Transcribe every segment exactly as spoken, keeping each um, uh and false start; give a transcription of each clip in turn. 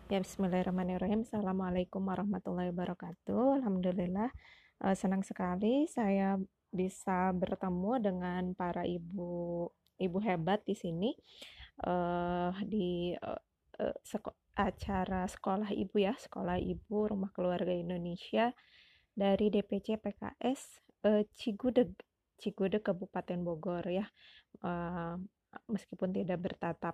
Ya, bismillahirrahmanirrahim. Assalamualaikum warahmatullahi wabarakatuh. Alhamdulillah, eh, senang sekali saya bisa bertemu dengan para ibu ibu hebat di sini eh, di eh, eh, seko- acara sekolah ibu ya, sekolah ibu Rumah Keluarga Indonesia dari D P C P K S eh, Cigudeg, Cigudeg Kabupaten Bogor ya. Eh, Meskipun tidak bertatap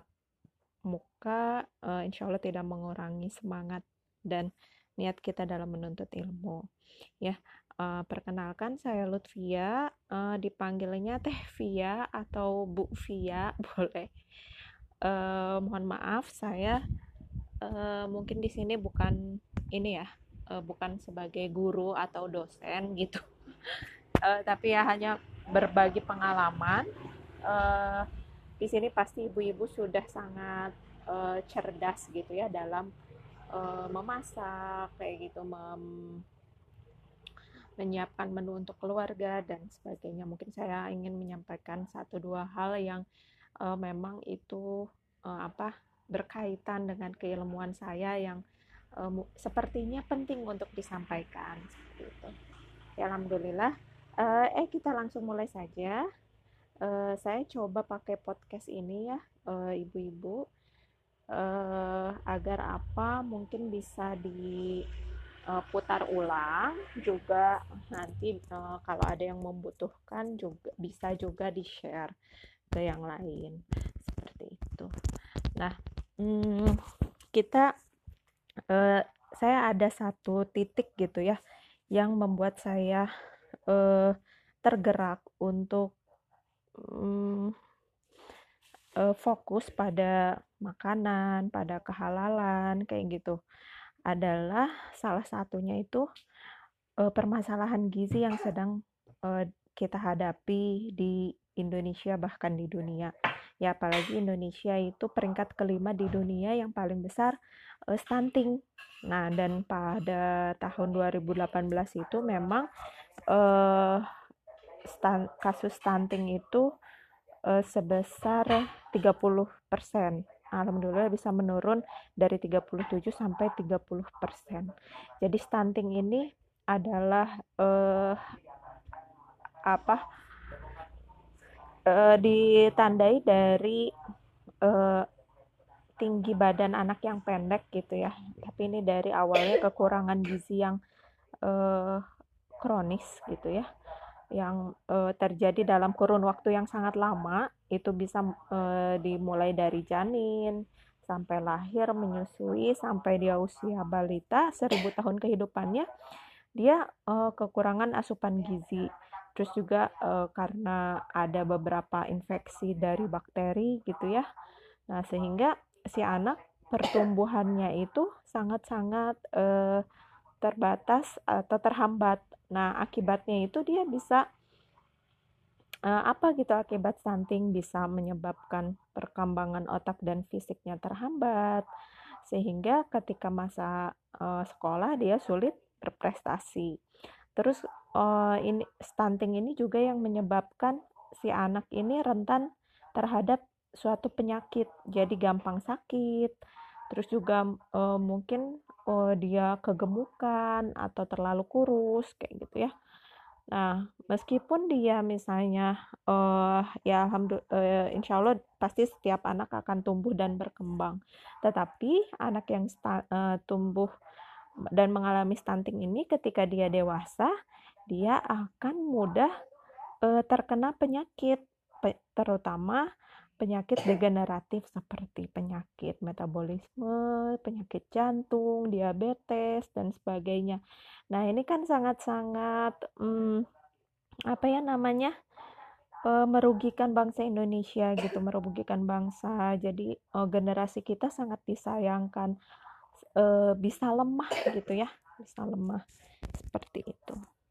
muka, eh, insya Allah tidak mengurangi semangat dan niat kita dalam menuntut ilmu. Ya, eh, perkenalkan saya Lutfia, eh, dipanggilnya Teh Via atau Bu Via, boleh. Eh, mohon maaf, saya eh, mungkin di sini bukan ini ya, eh, bukan sebagai guru atau dosen gitu. Eh, tapi ya hanya berbagi pengalaman. Eh, di sini pasti ibu-ibu sudah sangat eh, cerdas gitu ya dalam eh, memasak kayak gitu, mem- menyiapkan menu untuk keluarga dan sebagainya. Mungkin saya ingin menyampaikan satu dua hal yang eh, memang itu eh, apa berkaitan dengan keilmuan saya yang eh, sepertinya penting untuk disampaikan seperti itu. Ya, alhamdulillah. Eh, eh kita langsung mulai saja. Eh, saya coba pakai podcast ini ya, eh, ibu-ibu, eh, agar apa mungkin bisa diputar ulang juga nanti, eh, kalau ada yang membutuhkan juga bisa juga di-share ke yang lain seperti itu. Nah, hmm, kita eh, saya ada satu titik gitu ya yang membuat saya eh, tergerak untuk hmm, eh, fokus pada makanan, pada kehalalan kayak gitu. Adalah salah satunya itu eh, permasalahan gizi yang sedang eh, kita hadapi di Indonesia bahkan di dunia. Ya, apalagi Indonesia itu peringkat kelima di dunia yang paling besar eh, stunting. Nah, dan pada tahun dua ribu delapan belas itu memang eh, stan- kasus stunting itu eh, sebesar tiga puluh persen. Alhamdulillah bisa menurun dari tiga puluh tujuh sampai tiga puluh persen. Jadi stunting ini adalah eh, apa eh, ditandai dari eh, tinggi badan anak yang pendek gitu ya. Tapi ini dari awalnya kekurangan gizi yang eh, kronis gitu ya, yang eh, terjadi dalam kurun waktu yang sangat lama. Itu bisa eh, dimulai dari janin sampai lahir, menyusui, sampai dia usia balita, seribu tahun kehidupannya dia eh, kekurangan asupan gizi. Terus juga eh, karena ada beberapa infeksi dari bakteri gitu ya. Nah, sehingga si anak pertumbuhannya itu sangat-sangat eh, terbatas atau terhambat. Nah, akibatnya itu dia bisa eh, apa gitu, akibat stunting bisa menyebabkan perkembangan otak dan fisiknya terhambat, sehingga ketika masa eh, sekolah dia sulit berprestasi. Terus eh, ini stunting ini juga yang menyebabkan si anak ini rentan terhadap suatu penyakit, jadi gampang sakit. Terus juga eh, mungkin eh, dia kegemukan atau terlalu kurus kayak gitu ya. Nah, meskipun dia misalnya, eh ya alhamdulillah, eh, insya Allah pasti setiap anak akan tumbuh dan berkembang. Tetapi anak yang sta- eh, tumbuh dan mengalami stunting ini ketika dia dewasa, dia akan mudah eh, terkena penyakit, pe- terutama penyakit degeneratif seperti penyakit metabolisme, penyakit jantung, diabetes, dan sebagainya. Nah, ini kan sangat-sangat hmm, apa ya namanya, eh, merugikan bangsa Indonesia gitu, merugikan bangsa. Jadi eh, generasi kita sangat disayangkan, eh, bisa lemah gitu ya, bisa lemah seperti itu.